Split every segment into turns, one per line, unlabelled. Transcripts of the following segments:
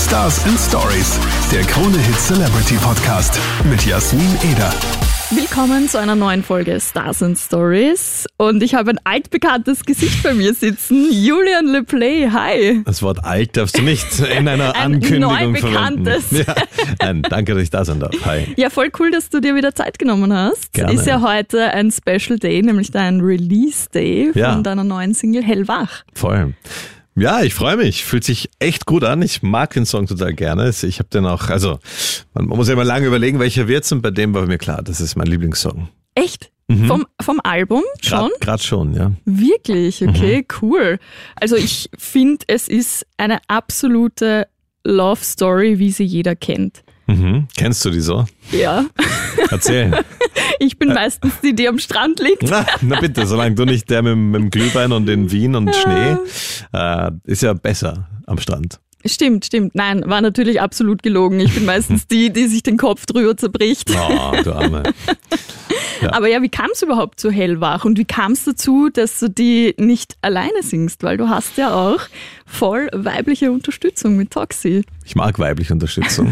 Stars and Stories, der Krone-Hit Celebrity Podcast mit Jasmin Eder.
Willkommen zu einer neuen Folge Stars and Stories. Und ich habe ein altbekanntes Gesicht bei mir sitzen. Julian Le Play, hi.
Das Wort alt darfst du nicht in einer Ankündigung verwenden. Ja, danke, dass ich da sein darf. Hi.
Ja, voll cool, dass du dir wieder Zeit genommen hast.
Gerne.
Ist ja heute ein Special Day, nämlich dein Release Day von deiner neuen Single Hellwach.
Voll. Ja, ich freue mich. Fühlt sich echt gut an. Ich mag den Song total gerne. Ich habe den auch, also man muss ja immer lange überlegen, welcher wird's, und bei dem war mir klar, das ist mein Lieblingssong.
Echt? Vom Album schon?
Gerade schon, ja.
Wirklich? Okay, cool. Also ich finde, es ist eine absolute Love Story, wie sie jeder kennt.
Kennst du die so?
Ja.
Erzähl.
Ich bin meistens die, die am Strand liegt.
Na bitte, solange du nicht der mit dem Glühwein und in Wien und Schnee, ist ja besser am Strand.
Stimmt. Nein, war natürlich absolut gelogen. Ich bin meistens die, die sich den Kopf drüber zerbricht.
Oh, du Arme. Ja.
Aber ja, wie kam es überhaupt zu Hellwach und wie kam es dazu, dass du die nicht alleine singst? Weil du hast ja auch voll weibliche Unterstützung mit Toxi.
Ich mag weibliche Unterstützung.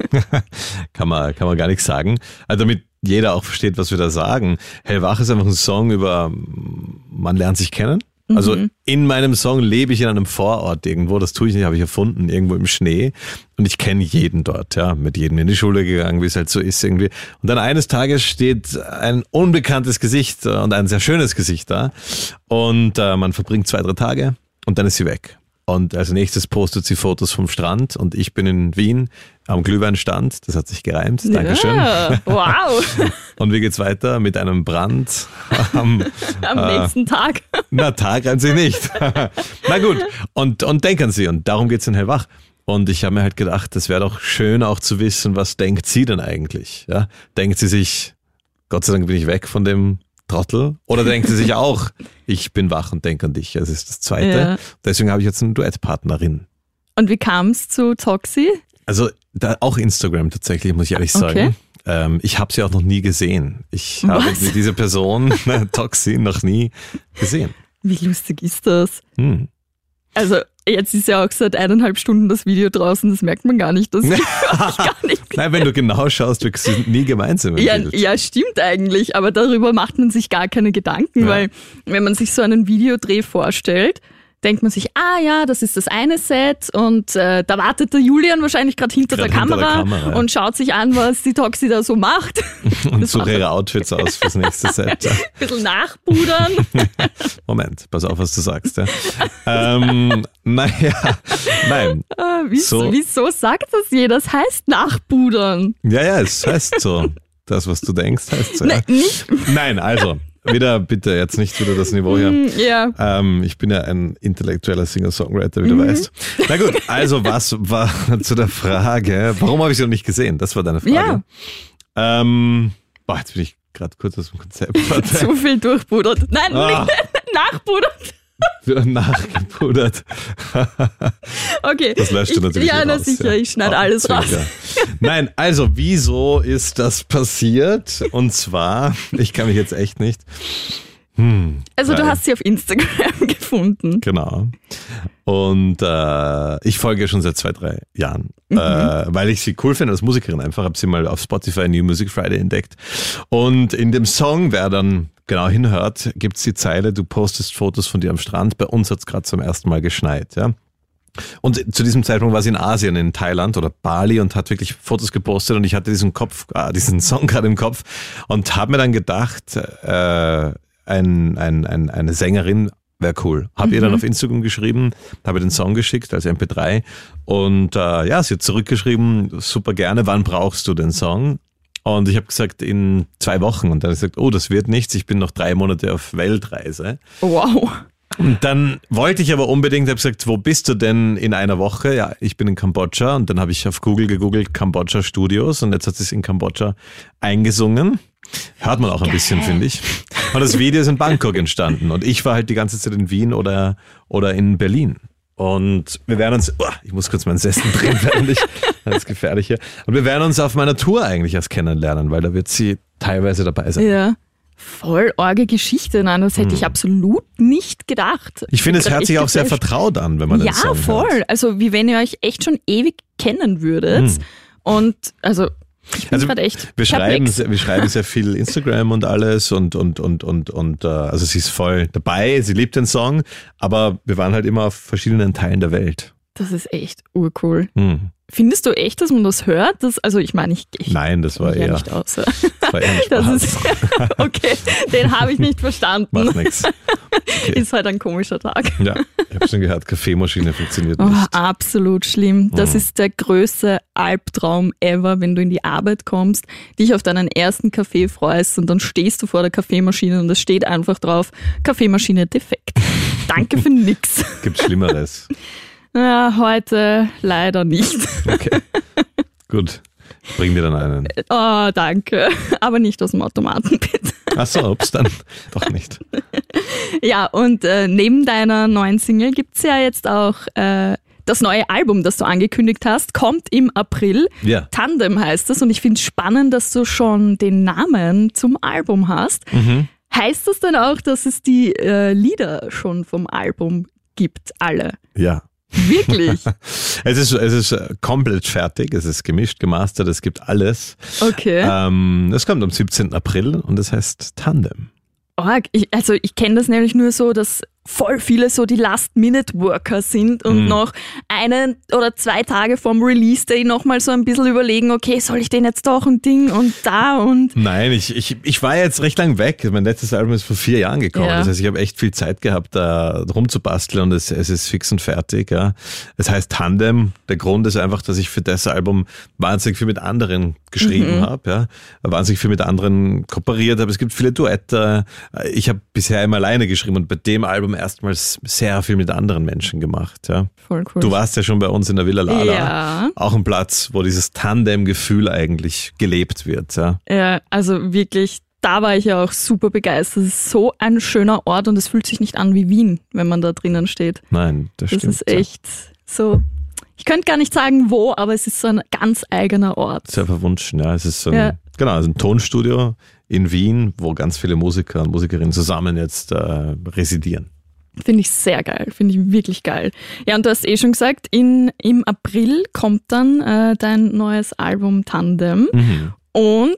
kann man gar nichts sagen. Also damit jeder auch versteht, was wir da sagen. Hellwach ist einfach ein Song über, man lernt sich kennen. Also in meinem Song lebe ich in einem Vorort irgendwo, das tue ich nicht, habe ich erfunden, irgendwo im Schnee, und ich kenne jeden dort, ja, mit jedem in die Schule gegangen, wie es halt so ist irgendwie. Und dann eines Tages steht ein unbekanntes Gesicht und ein sehr schönes Gesicht da, und man verbringt 2-3 Tage und dann ist sie weg. Und als nächstes postet sie Fotos vom Strand und ich bin in Wien am Glühweinstand. Das hat sich gereimt. Dankeschön.
Ja, wow.
Und wie geht's weiter? Mit einem Brand
am nächsten Tag.
Na, Tag reimt sich nicht. Na gut. Und denken Sie. Und darum geht's in Hellwach. Und ich habe mir halt gedacht, das wäre doch schön auch zu wissen, was denkt sie denn eigentlich? Ja? Denkt sie sich, Gott sei Dank bin ich weg von dem Trottel? Oder denkt sie sich auch, ich bin wach und denke an dich? Das ist das Zweite. Ja. Deswegen habe ich jetzt eine Duettpartnerin.
Und wie kam es zu Toxi?
Also da auch Instagram tatsächlich, muss ich ehrlich sagen. Ich habe sie auch noch nie gesehen. Ich habe diese Person, Toxi, noch nie gesehen.
Wie lustig ist das? Also jetzt ist ja auch seit 1,5 Stunden das Video draußen, das merkt man gar nicht. Das gar nicht.
Nein, wenn du genau schaust, wir sind nie gemeinsam im Bild.
Ja, stimmt eigentlich, aber darüber macht man sich gar keine Gedanken, weil wenn man sich so einen Videodreh vorstellt, denkt man sich, das ist das eine Set und da wartet der Julian wahrscheinlich gerade hinter der Kamera und schaut sich an, was die Toxi da so macht.
Und sucht ihre Outfits aus fürs nächste Set.
Ein bisschen nachpudern.
Moment, pass auf, was du sagst. Ja. Nein.
Wieso sagt das jeder? Das heißt nachpudern.
Ja, es heißt so. Das, was du denkst, heißt so. Ja. Nein, also... bitte jetzt nicht wieder das Niveau hier.
Ja.
Ich bin ja ein intellektueller Singer-Songwriter, wie du weißt. Na gut, also was war zu der Frage, warum habe ich sie noch nicht gesehen? Das war deine Frage.
Ja.
Jetzt bin ich gerade kurz aus dem Konzept.
Zu viel durchpudert. Nein, nicht nachpudert.
Nachgepudert.
Okay.
Das löscht du natürlich
raus.
Ja,
sicher, ich schneide alles raus.
Nein, also wieso ist das passiert? Und zwar, ich kann mich jetzt echt nicht...
Also du hast sie auf Instagram gefunden.
Genau. Und ich folge schon seit 2-3 Jahren, weil ich sie cool finde als Musikerin einfach. Habe sie mal auf Spotify New Music Friday entdeckt. Und in dem Song, wer dann genau hinhört, gibt es die Zeile, du postest Fotos von dir am Strand. Bei uns hat es gerade zum ersten Mal geschneit. Ja. Und zu diesem Zeitpunkt war sie in Asien, in Thailand oder Bali, und hat wirklich Fotos gepostet, und ich hatte diesen Song gerade im Kopf und habe mir dann gedacht, eine Sängerin wäre cool. Habe ihr dann auf Instagram geschrieben, habe den Song geschickt als MP3 und sie hat zurückgeschrieben, super gerne, wann brauchst du den Song? Und ich habe gesagt, in 2 Wochen. Und dann hat sie gesagt, das wird nichts, ich bin noch 3 Monate auf Weltreise.
Wow.
Und dann wollte ich aber unbedingt, habe gesagt, wo bist du denn in einer Woche? Ja, ich bin in Kambodscha, und dann habe ich auf Google gegoogelt, Kambodscha Studios, und jetzt hat sie es in Kambodscha eingesungen. Hört man auch ein bisschen, finde ich. Und das Video ist in Bangkok entstanden, und ich war halt die ganze Zeit in Wien oder in Berlin. Und wir werden uns, ich muss kurz meinen Sessel drehen, das ist gefährlich hier. Und wir werden uns auf meiner Tour eigentlich erst kennenlernen, weil da wird sie teilweise dabei sein.
Ja. Voll arge Geschichte, nein, das hätte ich absolut nicht gedacht.
Ich finde, es hört sich auch sehr vertraut an, wenn man den Song hört.
Ja, voll. Also wie wenn ihr euch echt schon ewig kennen würdet. Und also ich bin gerade echt
wir schreiben sehr viel Instagram und alles und also sie ist voll dabei, sie liebt den Song, aber wir waren halt immer auf verschiedenen Teilen der Welt.
Das ist echt urcool. Findest du echt, dass man das hört? Ich meine,
Nein, das war eher
nicht aus.
Das war eher ein Spaß.
Okay, den habe ich nicht verstanden.
Macht nichts. Okay.
Ist halt ein komischer Tag.
Ja, ich habe schon gehört, Kaffeemaschine funktioniert nicht.
Absolut schlimm. Das ist der größte Albtraum ever, wenn du in die Arbeit kommst, dich auf deinen ersten Kaffee freust und dann stehst du vor der Kaffeemaschine und es steht einfach drauf, Kaffeemaschine defekt. Danke für nix.
Gibt's Schlimmeres?
Ja, heute leider nicht.
Okay, gut. Ich bring dir dann einen.
Oh, danke. Aber nicht aus dem Automaten, bitte.
Ach so, ups, dann doch nicht.
Ja, und neben deiner neuen Single gibt's ja jetzt auch das neue Album, das du angekündigt hast, kommt im April.
Ja.
Tandem heißt es und ich finde es spannend, dass du schon den Namen zum Album hast. Heißt das dann auch, dass es die Lieder schon vom Album gibt, alle?
Ja.
Wirklich?
Es ist komplett fertig, es ist gemischt, gemastert, es gibt alles.
Okay.
Es kommt am 17. April und es heißt Tandem.
Ich kenne das nämlich nur so, dass voll viele so die Last-Minute-Worker sind und noch 1 oder 2 Tage vorm Release-Day nochmal so ein bisschen überlegen, okay, soll ich den jetzt doch und Ding und da und...
Nein, ich war jetzt recht lang weg. Mein letztes Album ist vor 4 Jahren gekommen. Ja. Das heißt, ich habe echt viel Zeit gehabt, da rumzubasteln und es ist fix und fertig. Ja. Es heißt Tandem. Der Grund ist einfach, dass ich für das Album wahnsinnig viel mit anderen geschrieben habe, ja. Wahnsinnig viel mit anderen kooperiert habe. Es gibt viele Duette. Ich habe bisher immer alleine geschrieben und bei dem Album erstmals sehr viel mit anderen Menschen gemacht. Ja.
Voll cool.
Du warst ja schon bei uns in der Villa Lala.
Ja.
Auch ein Platz, wo dieses Tandem-Gefühl eigentlich gelebt wird. Ja.
Ja, also wirklich, da war ich ja auch super begeistert. Es ist so ein schöner Ort und es fühlt sich nicht an wie Wien, wenn man da drinnen steht.
Nein, das stimmt.
Das ist echt so... Ich könnte gar nicht sagen wo, aber es ist so ein ganz eigener Ort.
Sehr verwunschen, ja. Es ist so ein Tonstudio in Wien, wo ganz viele Musiker und Musikerinnen zusammen jetzt residieren.
Finde ich sehr geil, finde ich wirklich geil. Ja, und du hast schon gesagt, im April kommt dann dein neues Album Tandem und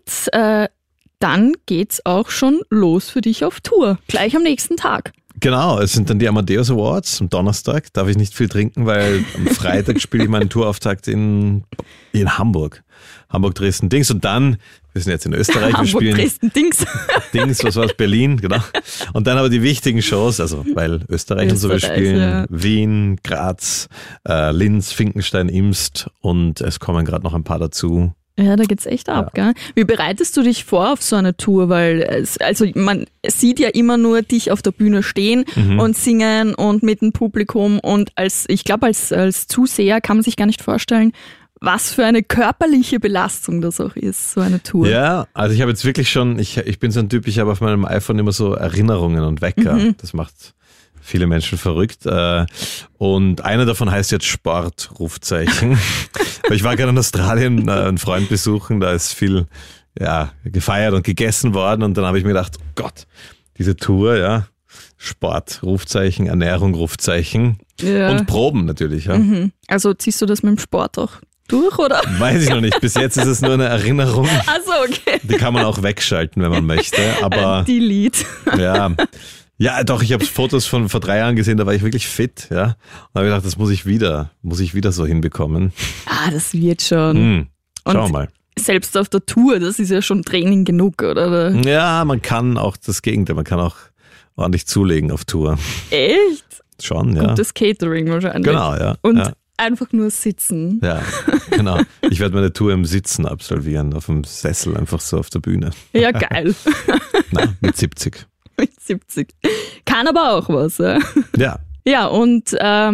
dann geht's auch schon los für dich auf Tour, gleich am nächsten Tag.
Genau, es sind dann die Amadeus Awards am Donnerstag. Darf ich nicht viel trinken, weil am Freitag spiele ich meinen Tourauftakt in Hamburg. Hamburg, Dresden, Dings. Und dann, wir sind jetzt in Österreich, wir
Hamburg,
spielen
Dresden, Dings.
Dings, was war's? Berlin, genau. Und dann aber die wichtigen Shows, also weil Österreich und so, wir spielen
ja.
Wien, Graz, Linz, Finkenstein, Imst und es kommen gerade noch ein paar dazu.
Ja, da geht's echt ab, gell? Wie bereitest du dich vor auf so eine Tour? Weil man sieht ja immer nur dich auf der Bühne stehen und singen und mit dem Publikum und als Zuseher kann man sich gar nicht vorstellen, was für eine körperliche Belastung das auch ist, so eine Tour.
Ja, also ich habe jetzt wirklich schon, ich bin so ein Typ, ich habe auf meinem iPhone immer so Erinnerungen und Wecker. Das macht viele Menschen verrückt. Und einer davon heißt jetzt Sport, Rufzeichen. Ich war gerade in Australien einen Freund besuchen, da ist viel gefeiert und gegessen worden und dann habe ich mir gedacht, oh Gott, diese Tour, ja, Sport, Rufzeichen, Ernährung, Rufzeichen und Proben natürlich. Ja.
Also ziehst du das mit dem Sport auch durch, oder?
Weiß ich noch nicht. Bis jetzt ist es nur eine Erinnerung.
Ach so, okay.
Die kann man auch wegschalten, wenn man möchte. Aber
Delete.
Ja, doch, ich habe Fotos von vor 3 Jahren gesehen, da war ich wirklich fit, ja. Und habe gedacht, das muss ich wieder so hinbekommen.
Das wird schon.
Schauen wir mal.
Selbst auf der Tour, das ist ja schon Training genug, oder?
Ja, man kann auch das Gegenteil, man kann auch ordentlich zulegen auf Tour.
Echt?
Schon, ja.
Gutes Catering wahrscheinlich.
Genau, ja.
Und
ja.
Einfach nur sitzen.
Ja, genau. Ich werde meine Tour im Sitzen absolvieren, auf dem Sessel, einfach so auf der Bühne.
Ja, geil.
Nein, mit 70.
Mit 70. Kann aber auch was, ja.
Ja.
Ja, und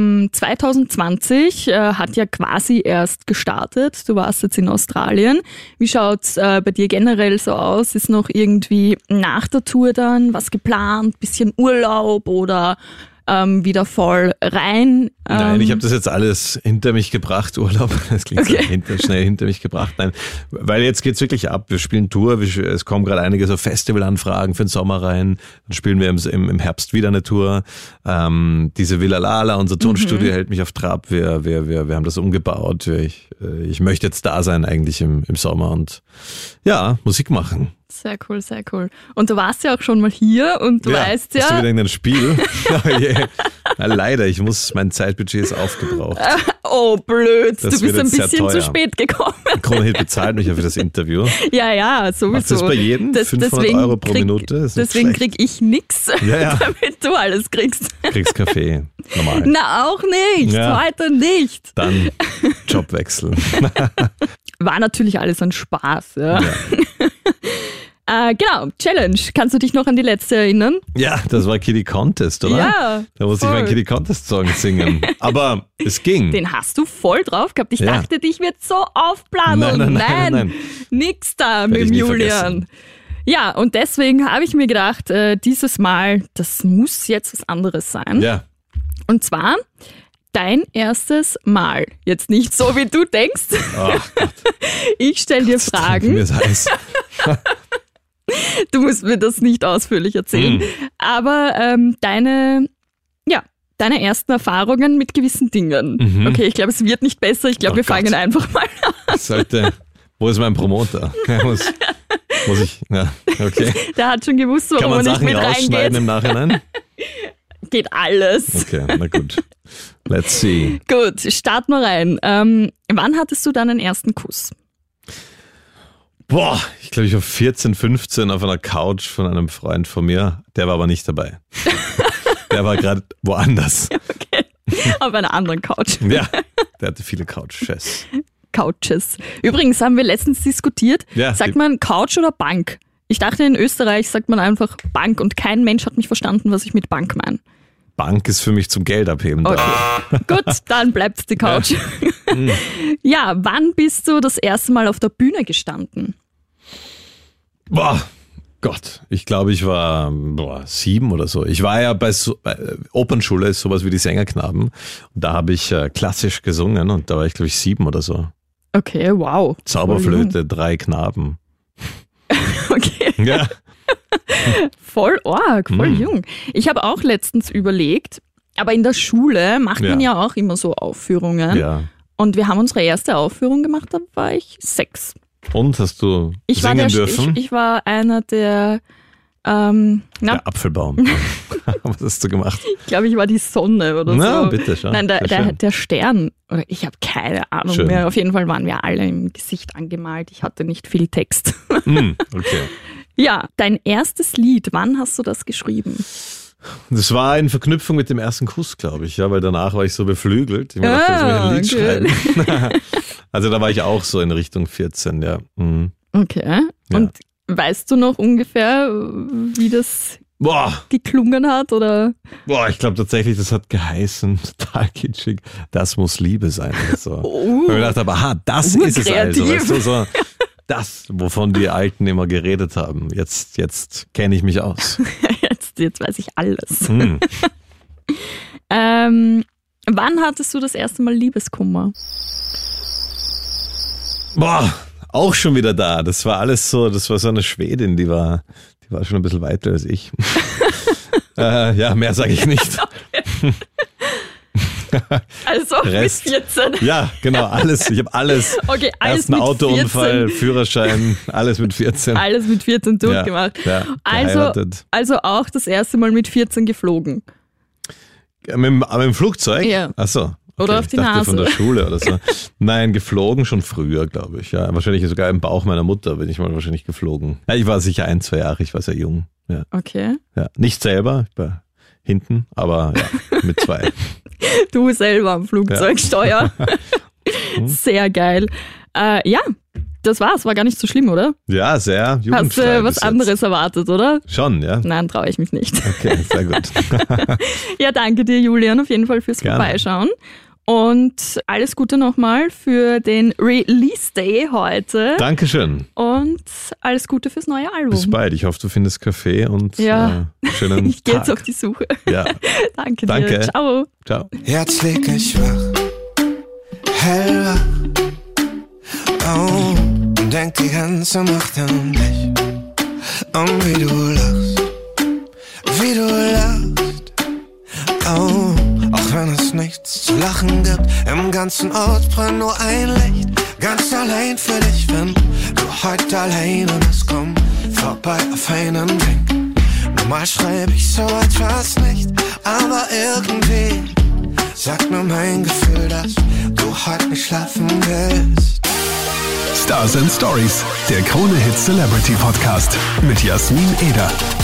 2020 hat ja quasi erst gestartet. Du warst jetzt in Australien. Wie schaut's bei dir generell so aus? Ist noch irgendwie nach der Tour dann was geplant? Bisschen Urlaub oder wieder voll rein?
Nein, ich habe das jetzt alles hinter mich gebracht, Urlaub. Das klingt
Okay.
so schnell hinter mich gebracht. Nein, weil jetzt geht's wirklich ab. Wir spielen Tour, es kommen gerade einige so Festivalanfragen für den Sommer rein. Dann spielen wir im Herbst wieder eine Tour. Diese Villa Lala, unser Tonstudio, hält mich auf Trab. Wir haben das umgebaut. Ich möchte jetzt da sein eigentlich im Sommer und ja, Musik machen.
Sehr cool, sehr cool. Und du warst ja auch schon mal hier und du weißt
Hast du
ja...
wieder irgendein Spiel? Oh je. Na, leider, mein Zeitbudget ist aufgebraucht.
Oh, blöd,
Das
du
wird
bist ein
jetzt sehr
bisschen zu
teuer.
spät gekommen.
Krone Hit bezahlt mich ja für das Interview.
Ja, sowieso.
Macht das bei jedem? 500 Euro pro Minute? Ist nicht
Deswegen
schlecht.
krieg ich nix,
Ja.
damit du alles kriegst.
Kriegst Kaffee, normal.
Na, auch nicht.
Ja.
Heute nicht.
Dann Jobwechsel.
War natürlich alles ein Spaß. Ja.
Ja.
Genau, Challenge. Kannst du dich noch an die letzte erinnern?
Ja, das war Kitty Contest, oder?
Ja,
Da musste ich
voll.
meinen Kitty Contest Song singen. Aber es ging.
Den hast du voll drauf gehabt. Ich
Ja.
dachte, dich wird so aufblasen.
Nein.
Nix da
Werd
mit
ich
dem
nie
Julian.
vergessen.
Ja, und deswegen habe ich mir gedacht, dieses Mal, das muss jetzt was anderes sein.
Ja.
Und zwar dein erstes Mal. Jetzt nicht so, wie du denkst.
Oh, Gott,
Ich stelle dir
mir
Fragen.
ist heiß.
Du musst mir das nicht ausführlich erzählen. Aber deine ersten Erfahrungen mit gewissen Dingen. Okay, ich glaube, es wird nicht besser. Ich glaube,
Oh
wir
Gott.
fangen einfach mal an.
Wo ist mein Promoter? Muss ich, ja, okay.
Der hat schon gewusst,
Kann
warum
man
er nicht
Sachen
mit
rausschneiden
reingeht.
im Nachhinein?
Geht alles.
Okay, na gut. Let's see.
Gut, starten wir rein. Wann hattest du deinen ersten Kuss?
Boah, ich glaube, ich war 14, 15 auf einer Couch von einem Freund von mir. Der war aber nicht dabei. Der war gerade woanders.
Okay. Auf einer anderen Couch.
Ja, der hatte viele Couches.
Couches. Übrigens haben wir letztens diskutiert,
Ja,
sagt man Couch oder Bank? Ich dachte, in Österreich sagt man einfach Bank und kein Mensch hat mich verstanden, was ich mit Bank meine.
Bank ist für mich zum Geld abheben da.
Okay, gut, dann bleibt die Couch. Ja, wann bist du das erste Mal auf der Bühne gestanden?
Boah, Gott, ich glaube, ich war 7 oder so. Ich war ja bei Opernschule, ist sowas wie die Sängerknaben. Und da habe ich klassisch gesungen und da war ich, glaube ich, 7 oder so.
Okay, wow.
Zauberflöte, 3 Knaben.
Okay,
Ja.
voll arg, voll jung. Ich habe auch letztens überlegt, aber in der Schule macht man ja auch immer so Aufführungen.
Ja.
Und wir haben unsere erste Aufführung gemacht, da war ich 6.
Und hast du
Ich war,
singen dürfen?
ich war einer der,
Der Apfelbaum. Was hast du gemacht?
ich glaube, ich war die Sonne oder
Na,
so.
bitte, schau.
Nein,
Sehr schön.
der Stern. Oder ich habe keine Ahnung
Schön.
mehr. Auf jeden Fall waren wir alle im Gesicht angemalt. Ich hatte nicht viel Text.
Okay.
Ja, dein erstes Lied, wann hast du das geschrieben?
Das war in Verknüpfung mit dem ersten Kuss, glaube ich, ja, weil danach war ich so beflügelt. Ich mir dachte, jetzt muss ich ein Lied schreiben. Also da war ich auch so in Richtung 14, ja. Mhm.
Okay.
Ja.
Und weißt du noch ungefähr, wie das
Boah,
geklungen hat? Oder?
ich glaube tatsächlich, das hat geheißen, total kitschig, das muss Liebe sein oder so. Und ich dachte, aber aha, das ist es also,
Urkreativ.
weißt du, so das, wovon die Alten immer geredet haben. Jetzt kenne ich mich aus.
Jetzt weiß ich alles.
Hm.
Wann hattest du das erste Mal Liebeskummer?
Boah, auch schon wieder da. Das war alles so, das war so eine Schwedin, die war schon ein bisschen weiter als ich. Ja, mehr sage ich nicht.
Also
Rest.
mit 14.
Ja, genau, alles. Ich habe alles.
Okay, alles
Ersten
mit
Autounfall,
14.
Führerschein, alles mit 14.
Alles mit 14 durchgemacht.
Ja,
also,
geheiratet.
also auch das erste Mal mit 14 geflogen.
Mit dem Flugzeug?
Ja.
Ach so.
Oder auf die
ich dachte
Nase.
von der Schule oder so. Nein, geflogen schon früher, glaube ich. Ja, wahrscheinlich sogar im Bauch meiner Mutter bin ich mal wahrscheinlich geflogen. Ja, ich war sicher 1, 2 Jahre, ich war sehr jung. Ja.
Okay.
Ja. Nicht selber, ich war hinten, aber ja, mit 2.
Du selber am Flugzeugsteuer. Sehr geil. Ja, das war's. War gar nicht so schlimm, oder?
Ja, sehr
Hast
jugendfrei
du was
bis jetzt.
anderes erwartet, oder?
Schon, ja.
Nein, traue ich mich nicht.
Okay, sehr gut.
Ja, danke dir, Julian, auf jeden Fall fürs
Gerne.
Vorbeischauen. Und alles Gute nochmal für den Release Day heute.
Dankeschön.
Und alles Gute fürs neue Album.
Bis bald. Ich hoffe, du findest Kaffee und schönen
ich gehe
Tag.
jetzt auf die Suche.
Ja.
Danke
Danke
dir. Ciao.
Ciao.
Jetzt lieg ich wach, hellwach. Oh, und denk die ganze Nacht an dich. Und wie du lachst, oh, auch wenn es nichts zu lachen gibt. Im ganzen Ort brennt nur ein Licht, ganz allein für dich, wenn du heute alleine bist. Komm vorbei auf einen Drink. Normal schreibe ich so etwas nicht, aber irgendwie sagt mir mein Gefühl, dass du heute nicht schlafen willst.
Stars and Stories, der Krone Hit Celebrity Podcast mit Jasmin Eder.